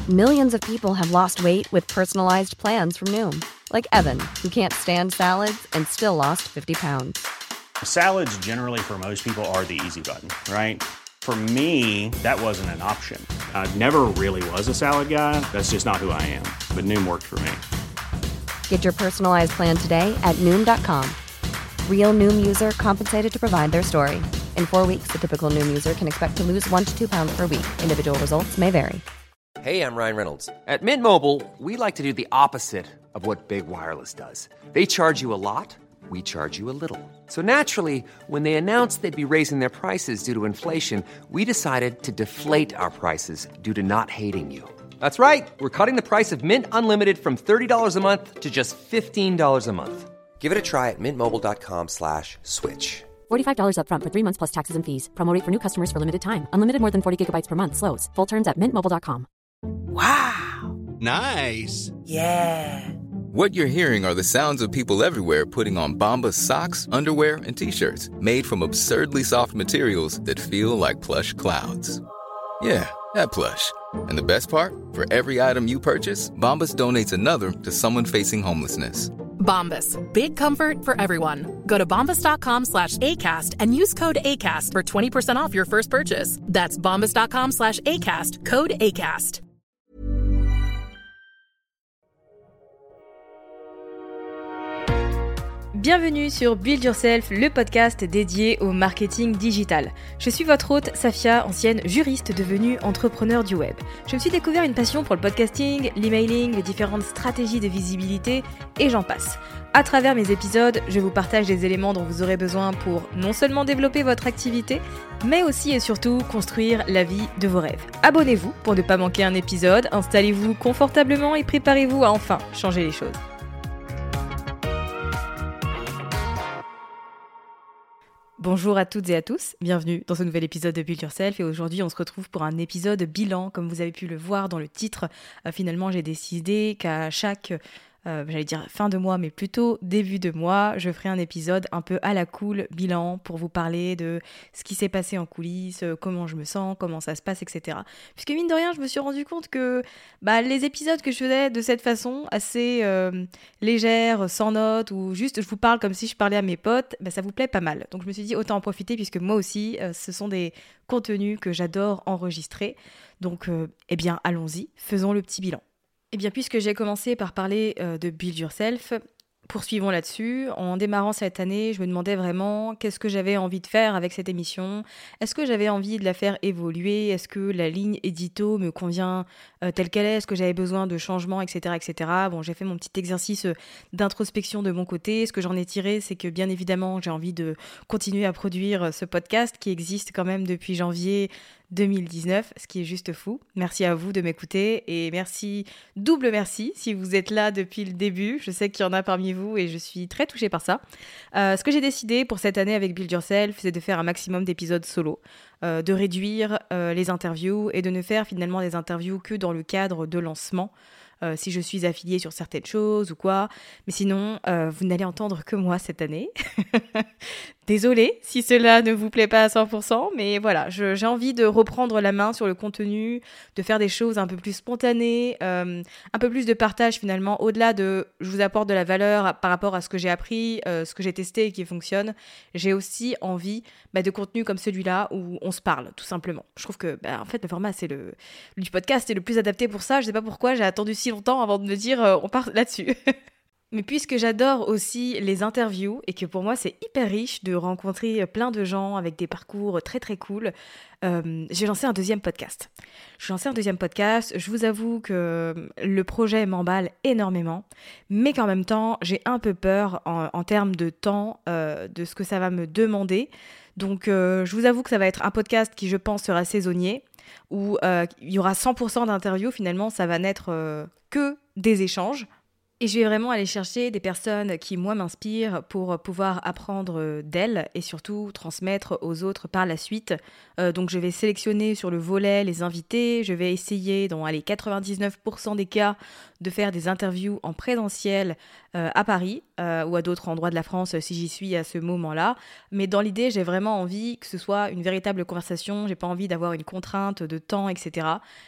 Millions of people have lost weight with personalized plans from Noom. Like Evan, who can't stand salads and still lost 50 pounds. Salads generally for most people are the easy button, right? For me, that wasn't an option. I never really was a salad guy. That's just not who I am. But Noom worked for me. Get your personalized plan today at Noom.com. Real Noom user compensated to provide their story. In 4 weeks, the typical Noom user can expect to lose 1 to 2 pounds per week. Individual results may vary. Hey, I'm Ryan Reynolds. At Mint Mobile, we like to do the opposite of what Big Wireless does. They charge you a lot, we charge you a little. So naturally, when they announced they'd be raising their prices due to inflation, we decided to deflate our prices due to not hating you. That's right. We're cutting the price of Mint Unlimited from $30 a month to just $15 a month. Give it a try at mintmobile.com/switch. $45 up front for 3 months plus taxes and fees. Promo rate for new customers for limited time. Unlimited more than 40 gigabytes per month. Slows full terms at mintmobile.com. Wow. Nice. Yeah. What you're hearing are the sounds of people everywhere putting on Bombas socks, underwear, and T-shirts made from absurdly soft materials that feel like plush clouds. Yeah, that plush. And the best part? For every item you purchase, Bombas donates another to someone facing homelessness. Bombas. Big comfort for everyone. Go to bombas.com/ACAST and use code ACAST for 20% off your first purchase. That's bombas.com/ACAST. Code ACAST. Bienvenue sur Build Yourself, le podcast dédié au marketing digital. Je suis votre hôte, Safia, ancienne juriste devenue entrepreneur du web. Je me suis découvert une passion pour le podcasting, l'emailing, les différentes stratégies de visibilité et j'en passe. À travers mes épisodes, je vous partage des éléments dont vous aurez besoin pour non seulement développer votre activité, mais aussi et surtout construire la vie de vos rêves. Abonnez-vous pour ne pas manquer un épisode, installez-vous confortablement et préparez-vous à enfin changer les choses. Bonjour à toutes et à tous, bienvenue dans ce nouvel épisode de Build Yourself et aujourd'hui on se retrouve pour un épisode bilan. Comme vous avez pu le voir dans le titre, finalement j'ai décidé qu'à chaque j'allais dire fin de mois, mais plutôt début de mois, je ferai un épisode un peu à la cool, bilan, pour vous parler de ce qui s'est passé en coulisses, comment je me sens, comment ça se passe, etc. Puisque mine de rien, je me suis rendu compte que les épisodes que je faisais de cette façon, assez légère, sans notes, ou juste je vous parle comme si je parlais à mes potes, ça vous plaît pas mal. Donc je me suis dit autant en profiter, puisque moi aussi, ce sont des contenus que j'adore enregistrer. Donc allons-y, faisons le petit bilan. Eh bien, puisque j'ai commencé par parler de Build Yourself, poursuivons là-dessus. En démarrant cette année, je me demandais vraiment qu'est-ce que j'avais envie de faire avec cette émission. Est-ce que j'avais envie de la faire évoluer ? Est-ce que la ligne édito me convient telle qu'elle est ? Est-ce que j'avais besoin de changements, etc., etc. Bon, j'ai fait mon petit exercice d'introspection de mon côté. Ce que j'en ai tiré, c'est que bien évidemment, j'ai envie de continuer à produire ce podcast qui existe quand même depuis janvier 2019, ce qui est juste fou. Merci à vous de m'écouter et merci, double merci si vous êtes là depuis le début. Je sais qu'il y en a parmi vous et je suis très touchée par ça. Ce que j'ai décidé pour cette année avec Build Yourself, c'est de faire un maximum d'épisodes solo, de réduire les interviews et de ne faire finalement des interviews que dans le cadre de lancement. Si je suis affiliée sur certaines choses ou quoi. Mais sinon, vous n'allez entendre que moi cette année. Désolée si cela ne vous plaît pas à 100%, mais voilà, j'ai envie de reprendre la main sur le contenu, de faire des choses un peu plus spontanées, un peu plus de partage finalement, au-delà de je vous apporte de la valeur par rapport à ce que j'ai appris, ce que j'ai testé et qui fonctionne. J'ai aussi envie de contenu comme celui-là où on se parle, tout simplement. Je trouve que en fait, le format du podcast est le plus adapté pour ça. Je sais pas pourquoi j'ai attendu si longtemps avant de me dire on part là-dessus. Mais puisque j'adore aussi les interviews et que pour moi c'est hyper riche de rencontrer plein de gens avec des parcours très très cool, j'ai lancé un deuxième podcast. Je vous avoue que le projet m'emballe énormément, mais qu'en même temps j'ai un peu peur en termes de temps, de ce que ça va me demander. Donc je vous avoue que ça va être un podcast qui je pense sera saisonnier, où il y aura 100% d'interviews. Finalement ça va n'être que des échanges. Et je vais vraiment aller chercher des personnes qui, moi, m'inspirent pour pouvoir apprendre d'elles et surtout transmettre aux autres par la suite. Donc, je vais sélectionner sur le volet les invités. Je vais essayer, dans 99% des cas, de faire des interviews en présentiel à Paris ou à d'autres endroits de la France si j'y suis à ce moment-là. Mais dans l'idée, j'ai vraiment envie que ce soit une véritable conversation. J'ai pas envie d'avoir une contrainte de temps, etc.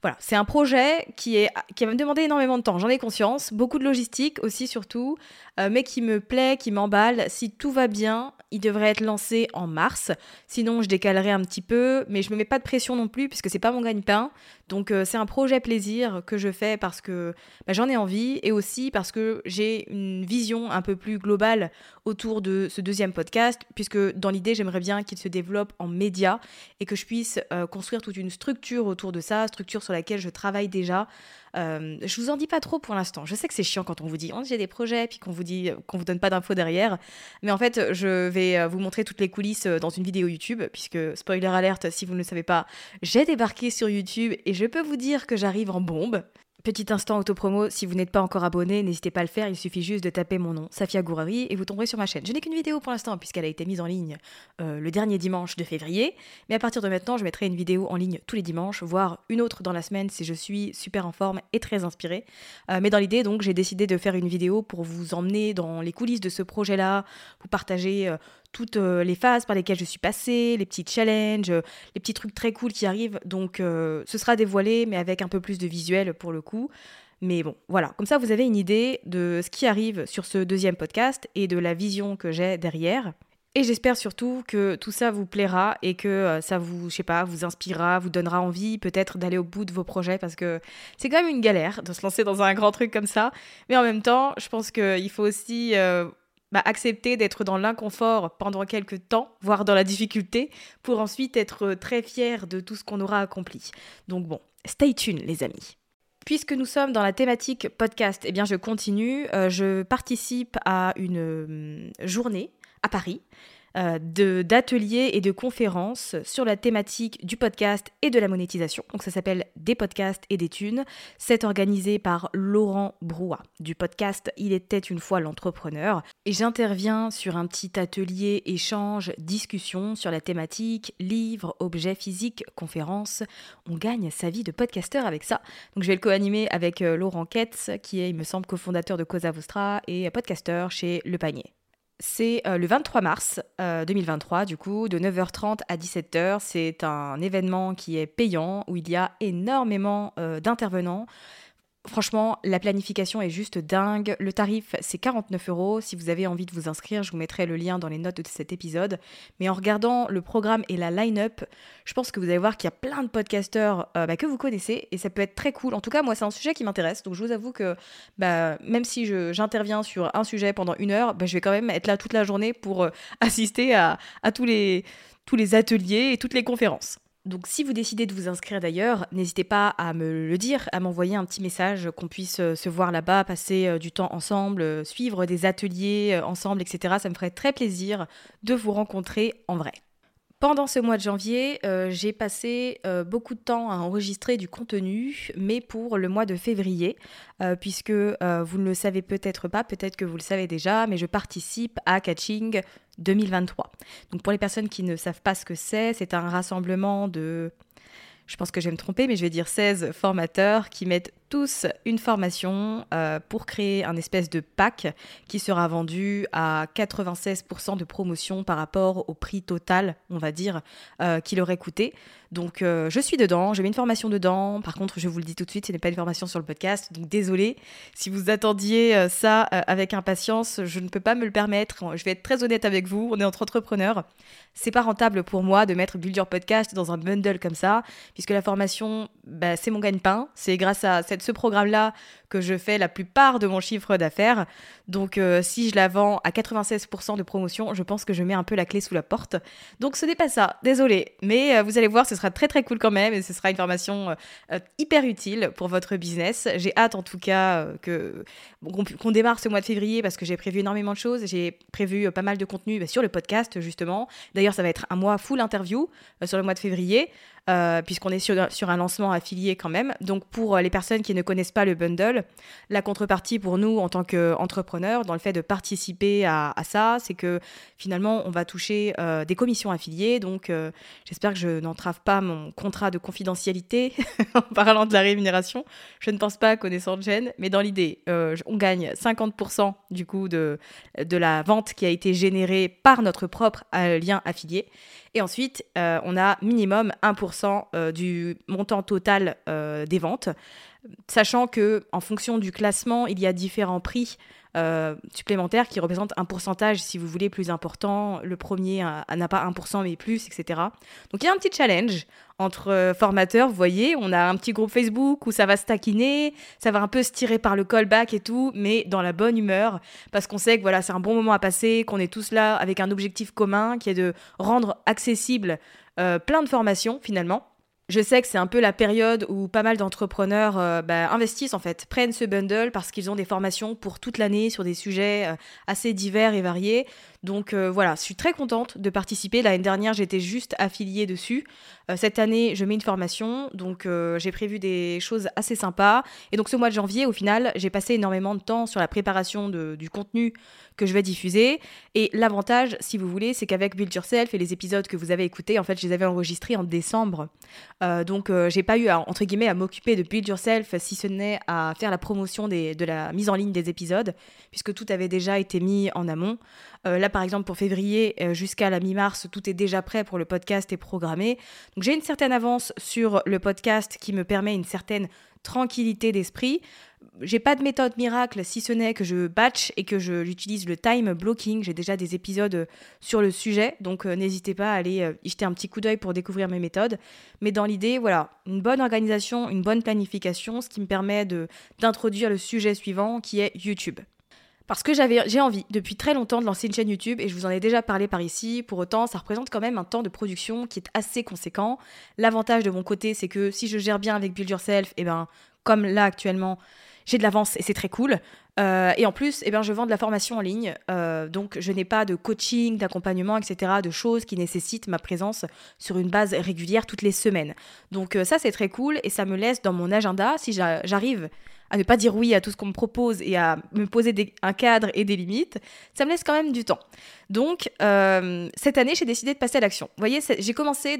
Voilà, c'est un projet qui va me demander énormément de temps, j'en ai conscience, beaucoup de logistique aussi surtout, mais qui me plaît, qui m'emballe. Si tout va bien, il devrait être lancé en mars. Sinon, je décalerai un petit peu, mais je me mets pas de pression non plus puisque c'est pas mon gagne-pain. Donc c'est un projet plaisir que je fais parce que j'en ai envie et aussi parce que j'ai une vision un peu plus globale autour de ce deuxième podcast, puisque dans l'idée, j'aimerais bien qu'il se développe en médias et que je puisse construire toute une structure autour de ça, structure sur laquelle je travaille déjà. Je vous en dis pas trop pour l'instant. Je sais que c'est chiant quand on vous dit j'ai des projets puis qu'on vous dit qu'on vous donne pas d'infos derrière. Mais en fait, je vais vous montrer toutes les coulisses dans une vidéo YouTube, puisque spoiler alerte, si vous ne le savez pas, j'ai débarqué sur YouTube et je peux vous dire que j'arrive en bombe. Petit instant autopromo, si vous n'êtes pas encore abonné, n'hésitez pas à le faire, il suffit juste de taper mon nom, Safia Gourari, et vous tomberez sur ma chaîne. Je n'ai qu'une vidéo pour l'instant, puisqu'elle a été mise en ligne le dernier dimanche de février, mais à partir de maintenant, je mettrai une vidéo en ligne tous les dimanches, voire une autre dans la semaine si je suis super en forme et très inspirée. Mais dans l'idée, donc, j'ai décidé de faire une vidéo pour vous emmener dans les coulisses de ce projet-là, vous partager toutes les phases par lesquelles je suis passée, les petits challenges, les petits trucs très cool qui arrivent. Donc ce sera dévoilé, mais avec un peu plus de visuel pour le coup. Mais bon, voilà, comme ça vous avez une idée de ce qui arrive sur ce deuxième podcast et de la vision que j'ai derrière. Et j'espère surtout que tout ça vous plaira et que ça vous, vous inspirera, vous donnera envie peut-être d'aller au bout de vos projets, parce que c'est quand même une galère de se lancer dans un grand truc comme ça. Mais en même temps, je pense qu'il faut aussi accepter d'être dans l'inconfort pendant quelques temps, voire dans la difficulté, pour ensuite être très fier de tout ce qu'on aura accompli. Donc bon, stay tuned les amis. Puisque nous sommes dans la thématique podcast, eh bien je continue. Je participe à une journée à Paris d'ateliers et de conférences sur la thématique du podcast et de la monétisation. Donc ça s'appelle Des podcasts et des thunes. C'est organisé par Laurent Brouat du podcast Il était une fois l'entrepreneur. Et j'interviens sur un petit atelier, échange, discussion sur la thématique livres, objets physiques, conférences. On gagne sa vie de podcasteur avec ça. Donc je vais le co-animer avec Laurent Ketz, qui est, il me semble, cofondateur de Cosa Vostra et podcasteur chez Le Panier. C'est le 23 mars 2023, du coup, de 9h30 à 17h. C'est un événement qui est payant, où il y a énormément d'intervenants. Franchement, la planification est juste dingue. Le tarif, c'est 49 €. Si vous avez envie de vous inscrire, je vous mettrai le lien dans les notes de cet épisode. Mais en regardant le programme et la line-up, je pense que vous allez voir qu'il y a plein de podcasteurs que vous connaissez et ça peut être très cool. En tout cas, moi, c'est un sujet qui m'intéresse. Donc, je vous avoue que même si j'interviens sur un sujet pendant 1 heure, je vais quand même être là toute la journée pour assister à tous les ateliers et toutes les conférences. Donc si vous décidez de vous inscrire d'ailleurs, n'hésitez pas à me le dire, à m'envoyer un petit message, qu'on puisse se voir là-bas, passer du temps ensemble, suivre des ateliers ensemble, etc. Ça me ferait très plaisir de vous rencontrer en vrai. Pendant ce mois de janvier, j'ai passé beaucoup de temps à enregistrer du contenu, mais pour le mois de février, puisque vous ne le savez peut-être pas, peut-être que vous le savez déjà, mais je participe à Catching 2023. Donc pour les personnes qui ne savent pas ce que c'est un rassemblement de... Je pense que je vais me tromper, mais je vais dire 16 formateurs qui mettent tous une formation pour créer un espèce de pack qui sera vendu à 96% de promotion par rapport au prix total, on va dire, qu'il aurait coûté. Donc je suis dedans, j'ai mis une formation dedans. Par contre, je vous le dis tout de suite, ce n'est pas une formation sur le podcast. Donc désolé, si vous attendiez ça avec impatience, je ne peux pas me le permettre. Je vais être très honnête avec vous, on est entre entrepreneurs. C'est pas rentable pour moi de mettre Build Your Podcast dans un bundle comme ça, puisque la formation, c'est mon gagne-pain. C'est grâce à ce programme-là que je fais la plupart de mon chiffre d'affaires. Donc si je la vends à 96% de promotion, je pense que je mets un peu la clé sous la porte. Donc ce n'est pas ça, désolé. Mais vous allez voir, ce sera très très cool quand même et ce sera une formation hyper utile pour votre business. J'ai hâte en tout cas qu'on démarre ce mois de février parce que j'ai prévu énormément de choses. J'ai prévu pas mal de contenu sur le podcast justement. D'ailleurs, ça va être un mois full interview sur le mois de février. Puisqu'on est sur un lancement affilié quand même. Donc pour les personnes qui ne connaissent pas le bundle, la contrepartie pour nous en tant qu'entrepreneurs dans le fait de participer à ça, c'est que finalement on va toucher des commissions affiliées. Donc j'espère que je n'entrave pas mon contrat de confidentialité en parlant de la rémunération. Je ne pense pas, connaissant Jen, mais dans l'idée, on gagne 50% du coup de la vente qui a été générée par notre propre lien affilié. Et ensuite, on a minimum 1% du montant total des ventes, sachant qu'en fonction du classement, il y a différents prix supplémentaires qui représentent un pourcentage, si vous voulez, plus important. Le premier n'a pas 1% mais plus, etc. Donc il y a un petit challenge entre formateurs, vous voyez, on a un petit groupe Facebook où ça va se taquiner, ça va un peu se tirer par le callback et tout, mais dans la bonne humeur, parce qu'on sait que voilà, c'est un bon moment à passer, qu'on est tous là avec un objectif commun qui est de rendre accessible plein de formations finalement. Je sais que c'est un peu la période où pas mal d'entrepreneurs investissent en fait, prennent ce bundle parce qu'ils ont des formations pour toute l'année sur des sujets assez divers et variés. Donc voilà, je suis très contente de participer. L'année dernière, j'étais juste affiliée dessus. Cette année, je mets une formation, donc j'ai prévu des choses assez sympas. Et donc ce mois de janvier, au final, j'ai passé énormément de temps sur la préparation du contenu que je vais diffuser. Et l'avantage, si vous voulez, c'est qu'avec Build Yourself et les épisodes que vous avez écoutés, en fait, je les avais enregistrés en décembre. Donc j'ai pas eu entre guillemets à m'occuper de Build Yourself, si ce n'est à faire la promotion de la mise en ligne des épisodes, puisque tout avait déjà été mis en amont. Là, par exemple, pour février jusqu'à la mi-mars, tout est déjà prêt pour le podcast et programmé. Donc j'ai une certaine avance sur le podcast qui me permet une certaine tranquillité d'esprit. J'ai pas de méthode miracle, si ce n'est que je batch et que j'utilise le time blocking. J'ai déjà des épisodes sur le sujet, donc n'hésitez pas à aller y jeter un petit coup d'œil pour découvrir mes méthodes. Mais dans l'idée, voilà, une bonne organisation, une bonne planification, ce qui me permet d'introduire le sujet suivant qui est YouTube. Parce que j'ai envie depuis très longtemps de lancer une chaîne YouTube et je vous en ai déjà parlé par ici. Pour autant, ça représente quand même un temps de production qui est assez conséquent. L'avantage de mon côté, c'est que si je gère bien avec Build Yourself, comme là actuellement, j'ai de l'avance et c'est très cool. Et en plus, je vends de la formation en ligne. Donc, je n'ai pas de coaching, d'accompagnement, etc., de choses qui nécessitent ma présence sur une base régulière toutes les semaines. Donc, ça, c'est très cool et ça me laisse dans mon agenda, si j'arrive à ne pas dire oui à tout ce qu'on me propose et à me poser un cadre et des limites, ça me laisse quand même du temps. Donc, cette année, j'ai décidé de passer à l'action. Vous voyez, j'ai commencé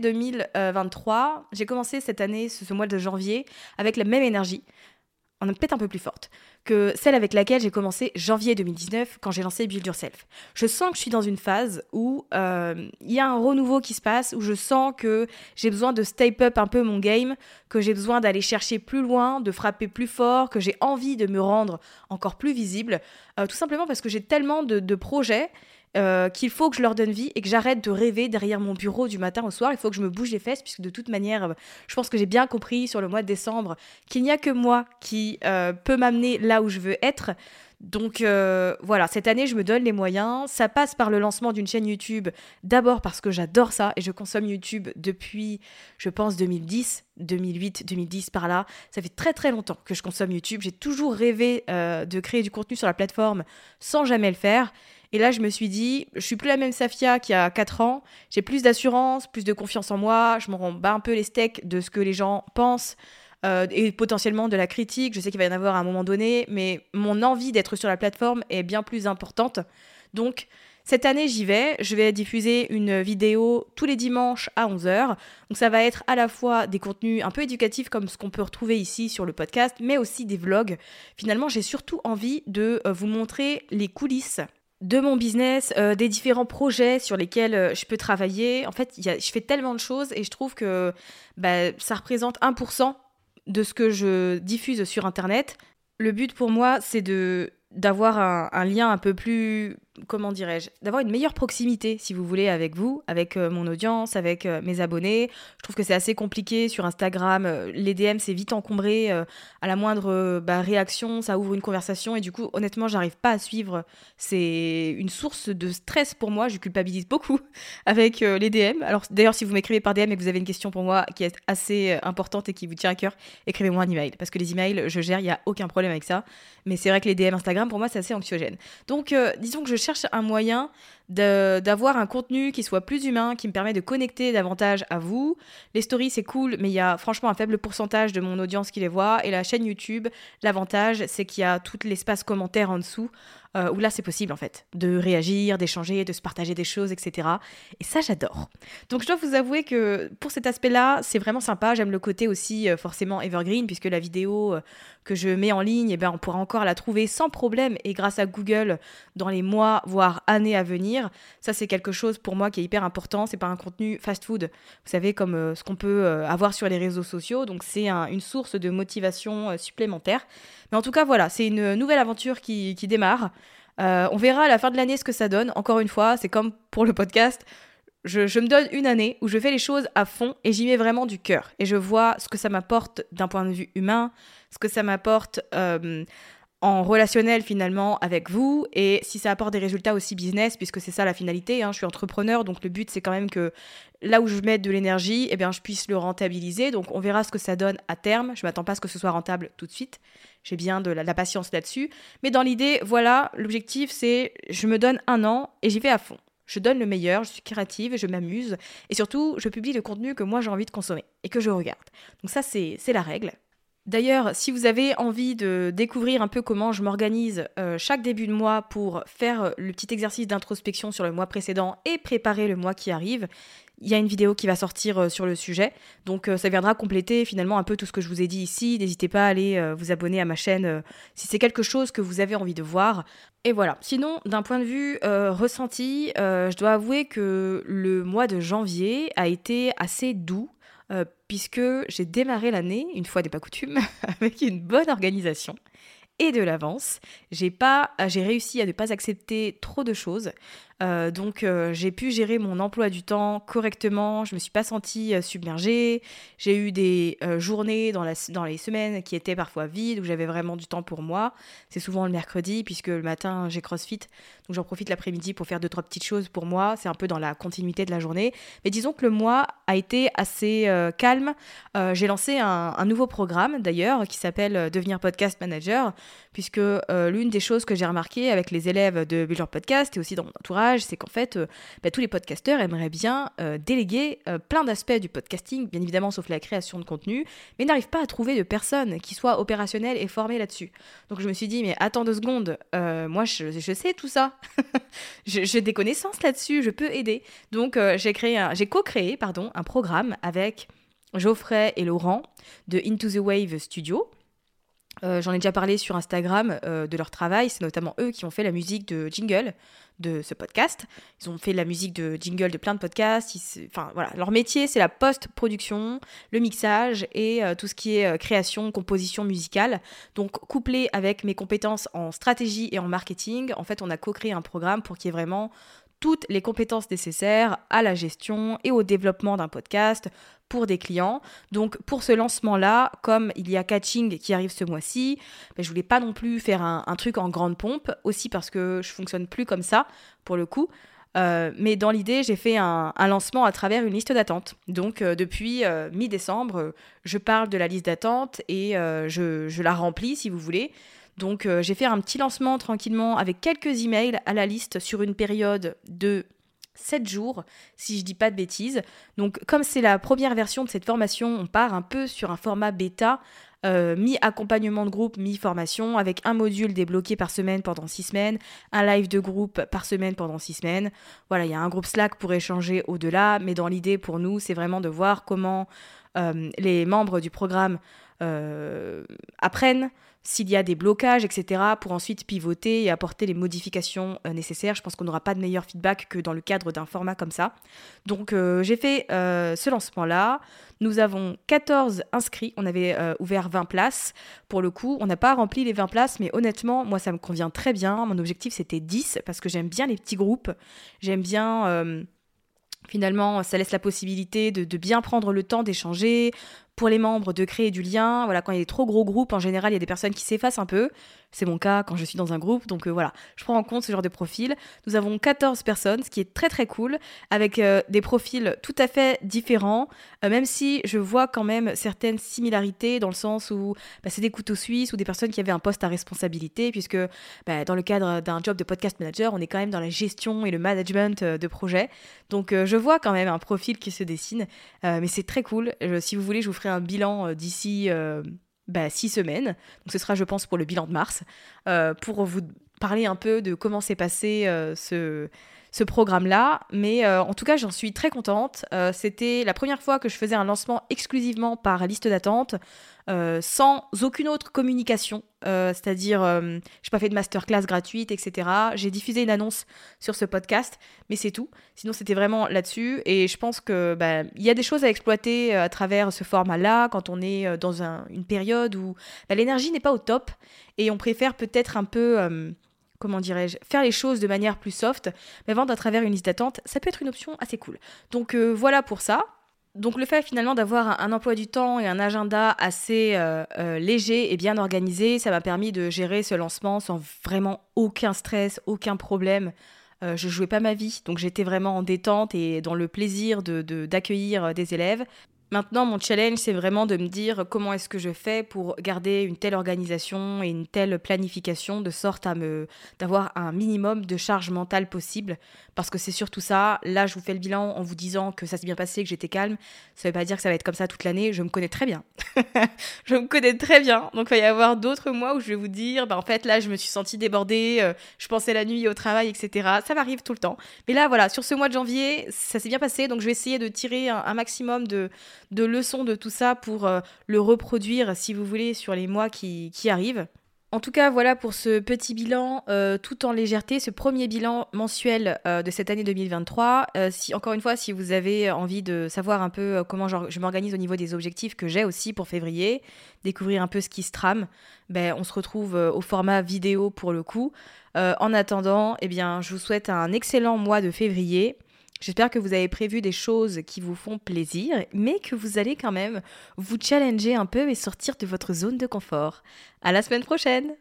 2023, j'ai commencé cette année, ce mois de janvier, avec la même énergie, peut-être un peu plus forte, que celle avec laquelle j'ai commencé janvier 2019 quand j'ai lancé Build Yourself. Je sens que je suis dans une phase où il y a un renouveau qui se passe, où je sens que j'ai besoin de step up un peu mon game, que j'ai besoin d'aller chercher plus loin, de frapper plus fort, que j'ai envie de me rendre encore plus visible, tout simplement parce que j'ai tellement de projets qu'il faut que je leur donne vie et que j'arrête de rêver derrière mon bureau du matin au soir. Il faut que je me bouge les fesses puisque de toute manière, je pense que j'ai bien compris sur le mois de décembre qu'il n'y a que moi qui peut m'amener là où je veux être. Donc voilà, cette année, je me donne les moyens. Ça passe par le lancement d'une chaîne YouTube, d'abord parce que j'adore ça et je consomme YouTube depuis, je pense, 2010, 2008, 2010 par là. Ça fait très très longtemps que je consomme YouTube. J'ai toujours rêvé de créer du contenu sur la plateforme sans jamais le faire. Et là, je me suis dit, je suis plus la même Safia qu'il y a 4 ans. J'ai plus d'assurance, plus de confiance en moi. Je m'en bats un peu les steaks de ce que les gens pensent et potentiellement de la critique. Je sais qu'il va y en avoir à un moment donné, mais mon envie d'être sur la plateforme est bien plus importante. Donc, cette année, j'y vais. Je vais diffuser une vidéo tous les dimanches à 11h. Donc, ça va être à la fois des contenus un peu éducatifs comme ce qu'on peut retrouver ici sur le podcast, mais aussi des vlogs. Finalement, j'ai surtout envie de vous montrer les coulisses de mon business, des différents projets sur lesquels je peux travailler. En fait, je fais tellement de choses et je trouve que ça représente 1% de ce que je diffuse sur Internet. Le but pour moi, c'est d'avoir un lien un peu plus, comment dirais-je, d'avoir une meilleure proximité, si vous voulez, avec vous, avec mon audience, avec mes abonnés. Je trouve que c'est assez compliqué sur Instagram. Les DM, c'est vite encombré. À la moindre réaction, ça ouvre une conversation. Et du coup, honnêtement, j'arrive pas à suivre. C'est une source de stress pour moi. Je culpabilise beaucoup avec les DM. Alors, d'ailleurs, si vous m'écrivez par DM et que vous avez une question pour moi qui est assez importante et qui vous tient à cœur, écrivez-moi un email. Parce que les emails, je gère, il n'y a aucun problème avec ça. Mais c'est vrai que les DM Instagram, pour moi, c'est assez anxiogène. Donc, disons que je cherche un moyen d'avoir un contenu qui soit plus humain, qui me permet de connecter davantage à vous. Les stories, c'est cool, mais il y a franchement un faible pourcentage de mon audience qui les voit. Et la chaîne YouTube, l'avantage, c'est qu'il y a tout l'espace commentaire en dessous, où là, c'est possible, en fait, de réagir, d'échanger, de se partager des choses, etc. Et ça, j'adore. Donc, je dois vous avouer que pour cet aspect-là, c'est vraiment sympa. J'aime le côté aussi, forcément, evergreen, puisque la vidéo que je mets en ligne, on pourra encore la trouver sans problème et grâce à Google dans les mois, voire années à venir. retenir. Ça, c'est quelque chose pour moi qui est hyper important. C'est pas un contenu fast-food, vous savez, comme ce qu'on peut avoir sur les réseaux sociaux. Donc, c'est une source de motivation supplémentaire. Mais en tout cas, voilà, c'est une nouvelle aventure qui démarre. On verra à la fin de l'année ce que ça donne. Encore une fois, c'est comme pour le podcast. Je me donne une année où je fais les choses à fond et j'y mets vraiment du cœur. Et je vois ce que ça m'apporte d'un point de vue humain, ce que ça m'apporte en relationnel finalement avec vous, et si ça apporte des résultats aussi business, puisque c'est ça la finalité, hein. Je suis entrepreneur, donc le but c'est quand même que là où je mets de l'énergie, eh bien, je puisse le rentabiliser. Donc on verra ce que ça donne à terme. Je ne m'attends pas à ce que ce soit rentable tout de suite. J'ai bien de la patience là-dessus. Mais dans l'idée, voilà, l'objectif c'est je me donne 1 an et j'y vais à fond. Je donne le meilleur, je suis créative, je m'amuse et surtout je publie le contenu que moi j'ai envie de consommer et que je regarde. Donc ça c'est la règle. D'ailleurs, si vous avez envie de découvrir un peu comment je m'organise chaque début de mois pour faire le petit exercice d'introspection sur le mois précédent et préparer le mois qui arrive, il y a une vidéo qui va sortir sur le sujet. Donc ça viendra compléter finalement un peu tout ce que je vous ai dit ici. N'hésitez pas à aller vous abonner à ma chaîne si c'est quelque chose que vous avez envie de voir. Et voilà. Sinon, d'un point de vue ressenti, je dois avouer que le mois de janvier a été assez doux. Puisque j'ai démarré l'année, une fois n'est pas coutume, avec une bonne organisation et de l'avance. J'ai réussi à ne pas accepter trop de choses. Donc j'ai pu gérer mon emploi du temps correctement, je me suis pas sentie submergée, j'ai eu des journées dans les semaines qui étaient parfois vides, où j'avais vraiment du temps pour moi. C'est souvent le mercredi, puisque le matin j'ai CrossFit, donc j'en profite l'après-midi pour faire 2-3 petites choses pour moi, c'est un peu dans la continuité de la journée. Mais disons que le mois a été assez calme. J'ai lancé un nouveau programme d'ailleurs, qui s'appelle Devenir Podcast Manager, puisque l'une des choses que j'ai remarqué avec les élèves de Build Your Podcast et aussi dans mon entourage, c'est qu'en fait, tous les podcasteurs aimeraient bien déléguer plein d'aspects du podcasting, bien évidemment sauf la création de contenu, mais n'arrivent pas à trouver de personnes qui soient opérationnelles et formées là-dessus. Donc je me suis dit, mais attends 2 secondes, moi je sais tout ça, j'ai des connaissances là-dessus, je peux aider. Donc j'ai co-créé un programme avec Geoffrey et Laurent de Into the Wave Studio. J'en ai déjà parlé sur Instagram de leur travail. C'est notamment eux qui ont fait la musique de jingle de ce podcast. Ils ont fait la musique de jingle de plein de podcasts. Voilà, leur métier, c'est la post-production, le mixage et tout ce qui est création, composition musicale. Donc, couplé avec mes compétences en stratégie et en marketing, en fait, on a co-créé un programme pour qu'il y ait vraiment toutes les compétences nécessaires à la gestion et au développement d'un podcast pour des clients. Donc pour ce lancement-là, comme il y a Catching qui arrive ce mois-ci, je voulais pas non plus faire un truc en grande pompe, aussi parce que je fonctionne plus comme ça pour le coup. Mais dans l'idée, j'ai fait un lancement à travers une liste d'attente. Donc depuis mi-décembre, je parle de la liste d'attente et je la remplis si vous voulez. Donc j'ai fait un petit lancement tranquillement avec quelques emails à la liste sur une période de 7 jours, si je dis pas de bêtises. Donc comme c'est la première version de cette formation, on part un peu sur un format bêta, mi-accompagnement de groupe, mi-formation, avec un module débloqué par semaine pendant 6 semaines, un live de groupe par semaine pendant 6 semaines. Voilà, il y a un groupe Slack pour échanger au-delà, mais dans l'idée pour nous, c'est vraiment de voir comment les membres du programme apprennent, s'il y a des blocages, etc., pour ensuite pivoter et apporter les modifications nécessaires. Je pense qu'on n'aura pas de meilleur feedback que dans le cadre d'un format comme ça. Donc j'ai fait ce lancement-là. Nous avons 14 inscrits. On avait ouvert 20 places. Pour le coup, on n'a pas rempli les 20 places, mais honnêtement, moi, ça me convient très bien. Mon objectif, c'était 10, parce que j'aime bien les petits groupes. J'aime bien... Finalement, ça laisse la possibilité de bien prendre le temps d'échanger, pour les membres de créer du lien. Voilà, quand il y a des trop gros groupes, en général, il y a des personnes qui s'effacent un peu. C'est mon cas quand je suis dans un groupe. Donc voilà, je prends en compte ce genre de profil. Nous avons 14 personnes, ce qui est très très cool, avec des profils tout à fait différents, même si je vois quand même certaines similarités dans le sens où c'est des couteaux suisses ou des personnes qui avaient un poste à responsabilité, puisque dans le cadre d'un job de podcast manager, on est quand même dans la gestion et le management de projet. Donc je vois quand même un profil qui se dessine, mais c'est très cool. Si vous voulez, je vous ferai un bilan d'ici 6 semaines. Donc ce sera, je pense, pour le bilan de mars, pour vous parler un peu de comment s'est passé ce programme-là, mais en tout cas, j'en suis très contente. C'était la première fois que je faisais un lancement exclusivement par liste d'attente, sans aucune autre communication, c'est-à-dire j'ai pas fait de masterclass gratuite, etc. J'ai diffusé une annonce sur ce podcast, mais c'est tout. Sinon, c'était vraiment là-dessus, et je pense que y a des choses à exploiter à travers ce format-là quand on est dans une période où l'énergie n'est pas au top, et on préfère peut-être un peu... comment dirais-je, faire les choses de manière plus soft, mais vendre à travers une liste d'attente, ça peut être une option assez cool. Donc voilà pour ça. Donc le fait finalement d'avoir un emploi du temps et un agenda assez léger et bien organisé, ça m'a permis de gérer ce lancement sans vraiment aucun stress, aucun problème. Je jouais pas ma vie, donc j'étais vraiment en détente et dans le plaisir d'accueillir des élèves. Maintenant, mon challenge, c'est vraiment de me dire comment est-ce que je fais pour garder une telle organisation et une telle planification de sorte à d'avoir un minimum de charge mentale possible. Parce que c'est surtout ça. Là, je vous fais le bilan en vous disant que ça s'est bien passé, que j'étais calme. Ça ne veut pas dire que ça va être comme ça toute l'année. Je me connais très bien. Je me connais très bien. Donc, il va y avoir d'autres mois où je vais vous dire, en fait, là, je me suis sentie débordée. Je pensais la nuit au travail, etc. Ça m'arrive tout le temps. Mais là, voilà, sur ce mois de janvier, ça s'est bien passé. Donc, je vais essayer de tirer un maximum de leçons de tout ça pour le reproduire, si vous voulez, sur les mois qui arrivent. En tout cas, voilà pour ce petit bilan tout en légèreté, ce premier bilan mensuel de cette année 2023. Encore une fois, si vous avez envie de savoir un peu comment je m'organise au niveau des objectifs que j'ai aussi pour février, découvrir un peu ce qui se trame, on se retrouve au format vidéo pour le coup. En attendant, je vous souhaite un excellent mois de février. J'espère que vous avez prévu des choses qui vous font plaisir, mais que vous allez quand même vous challenger un peu et sortir de votre zone de confort. À la semaine prochaine!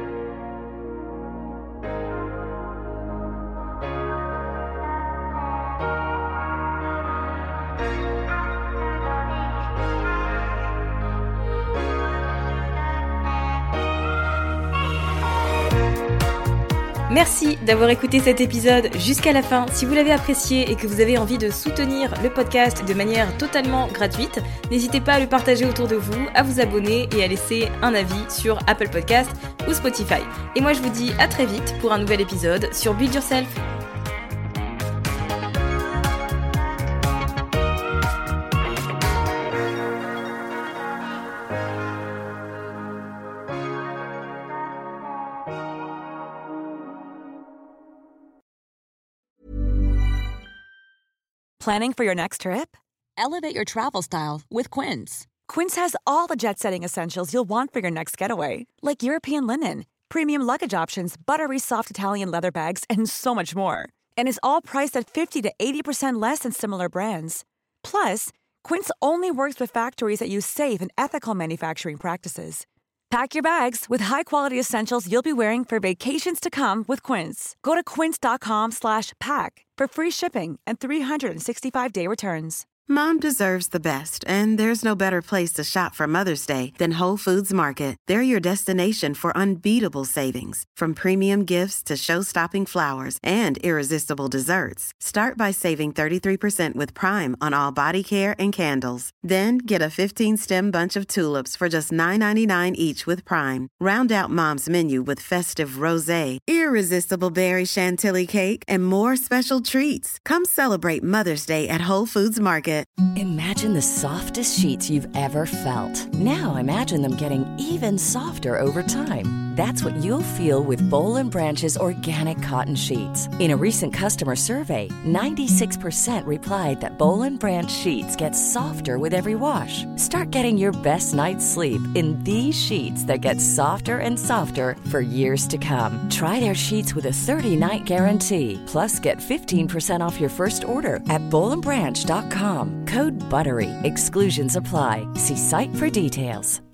Merci d'avoir écouté cet épisode jusqu'à la fin. Si vous l'avez apprécié et que vous avez envie de soutenir le podcast de manière totalement gratuite, n'hésitez pas à le partager autour de vous, à vous abonner et à laisser un avis sur Apple Podcast ou Spotify. Et moi je vous dis à très vite pour un nouvel épisode sur Build Yourself. Planning for your next trip? Elevate your travel style with Quince. Quince has all the jet-setting essentials you'll want for your next getaway, like European linen, premium luggage options, buttery soft Italian leather bags, and so much more. And is all priced at 50 to 80% less than similar brands. Plus, Quince only works with factories that use safe and ethical manufacturing practices. Pack your bags with high-quality essentials you'll be wearing for vacations to come with Quince. Go to quince.com/pack for free shipping and 365-day returns. Mom deserves the best, and there's no better place to shop for Mother's Day than Whole Foods Market. They're your destination for unbeatable savings, from premium gifts to show-stopping flowers and irresistible desserts. Start by saving 33% with Prime on all body care and candles. Then get a 15-stem bunch of tulips for just $9.99 each with Prime. Round out Mom's menu with festive rosé, irresistible berry chantilly cake, and more special treats. Come celebrate Mother's Day at Whole Foods Market. Imagine the softest sheets you've ever felt. Now imagine them getting even softer over time. That's what you'll feel with Boll & Branch's organic cotton sheets. In a recent customer survey, 96% replied that Boll & Branch sheets get softer with every wash. Start getting your best night's sleep in these sheets that get softer and softer for years to come. Try their sheets with a 30-night guarantee. Plus, get 15% off your first order at bollandbranch.com. Code BUTTERY. Exclusions apply. See site for details.